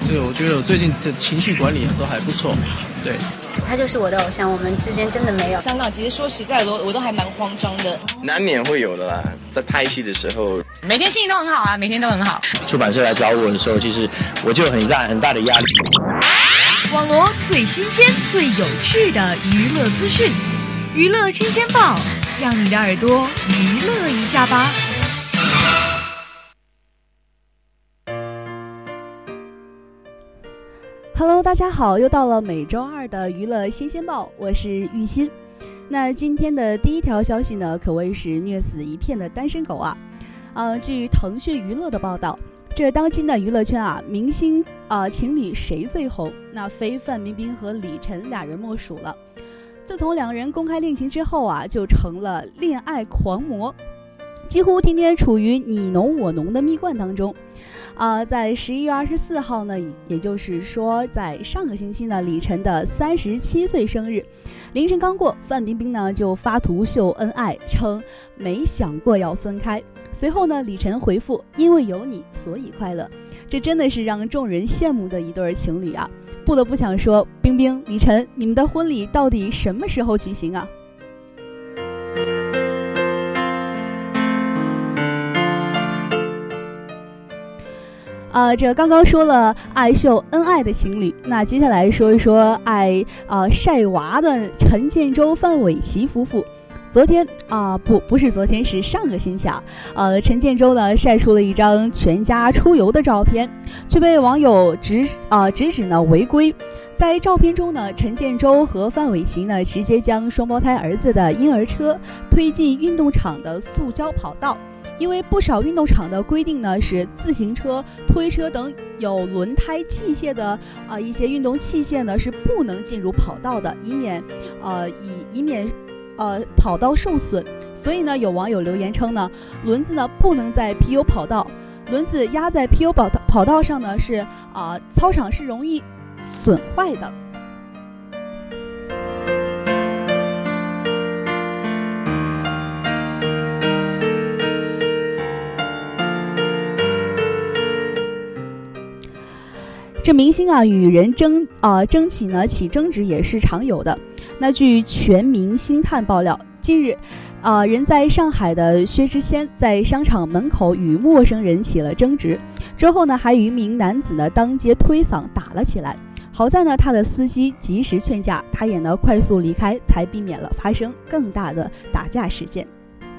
这个我觉得我最近的情绪管理都还不错，对。 他就是我的偶像，我们之间真的没有。 香港其实说实在的，我都还蛮慌张的， 难免会有的啦。在拍戏的时候， 每天心情都很好啊，每天都很好。 出版社来找我的时候，其实我就有很大的压力。 网罗最新鲜、最有趣的娱乐资讯，娱乐新鲜报，让你的耳朵娱乐一下吧。 Hello， 大家好，又到了每周二的娱乐新鲜报，我是玉欣。那今天的第一条消息呢，可谓是虐死一片的单身狗啊。据腾讯娱乐的报道，这当今的娱乐圈啊，明星情侣谁最红？那非范冰冰和李晨俩人莫属了。自从两人公开恋情之后啊，就成了恋爱狂魔，几乎天天处于你侬我侬的蜜罐当中。在11月24号呢，也就是说在上个星期呢，李晨的37岁生日，凌晨刚过，范冰冰呢就发图秀恩爱，称没想过要分开。随后呢，李晨回复因为有你所以快乐，这真的是让众人羡慕的一对情侣啊！不得不想说，冰冰、李晨，你们的婚礼到底什么时候举行啊？这刚刚说了爱秀恩爱的情侣，那接下来说一说爱晒娃的陈建州、范玮琪夫妇。昨天不是昨天，是上个星期啊。陈建州呢晒出了一张全家出游的照片，却被网友直指呢违规。在照片中呢，陈建州和范玮琪呢直接将双胞胎儿子的婴儿车推进运动场的塑胶跑道。因为不少运动场的规定呢，是自行车、推车等有轮胎器械的一些运动器械呢是不能进入跑道的，以免跑道受损。所以呢，有网友留言称呢，轮子呢不能在 PU 跑道，轮子压在 PU 跑道上呢是操场是容易损坏的。这明星与人起争执也是常有的。那据全民星探爆料，近日人在上海的薛之谦在商场门口与陌生人起了争执，之后呢还与一名男子呢当街推搡打了起来。好在呢他的司机及时劝架，他也呢快速离开，才避免了发生更大的打架事件。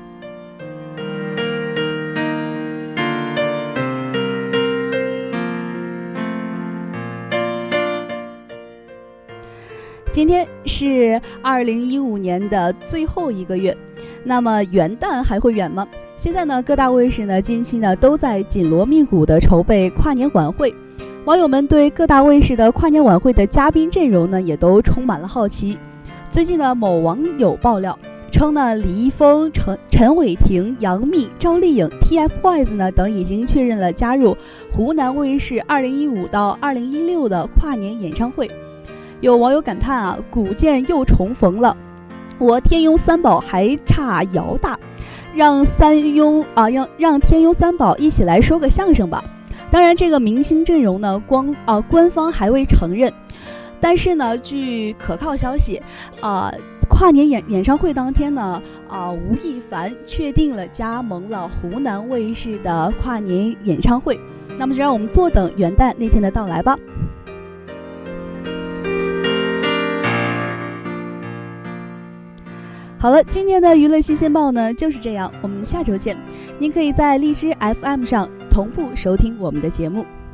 今天是2015年的最后一个月，那么元旦还会远吗？现在呢，各大卫视呢近期呢都在紧锣密鼓的筹备跨年晚会，网友们对各大卫视的跨年晚会的嘉宾阵容呢也都充满了好奇。最近呢，某网友爆料称呢，李易峰、陈伟霆、杨幂、赵丽颖、TFBOYS 呢等已经确认了加入湖南卫视2015到2016的跨年演唱会。有网友感叹古剑又重逢了，我天庸三宝还差姚大，让天庸三宝一起来说个相声吧。当然，这个明星阵容呢，官方还未承认，但是呢，据可靠消息，跨年演唱会当天呢，吴亦凡确定了加盟了湖南卫视的跨年演唱会。那么，就让我们坐等元旦那天的到来吧。好了，今天的娱乐新鲜报呢就是这样，我们下周见。您可以在荔枝 FM 上同步收听我们的节目。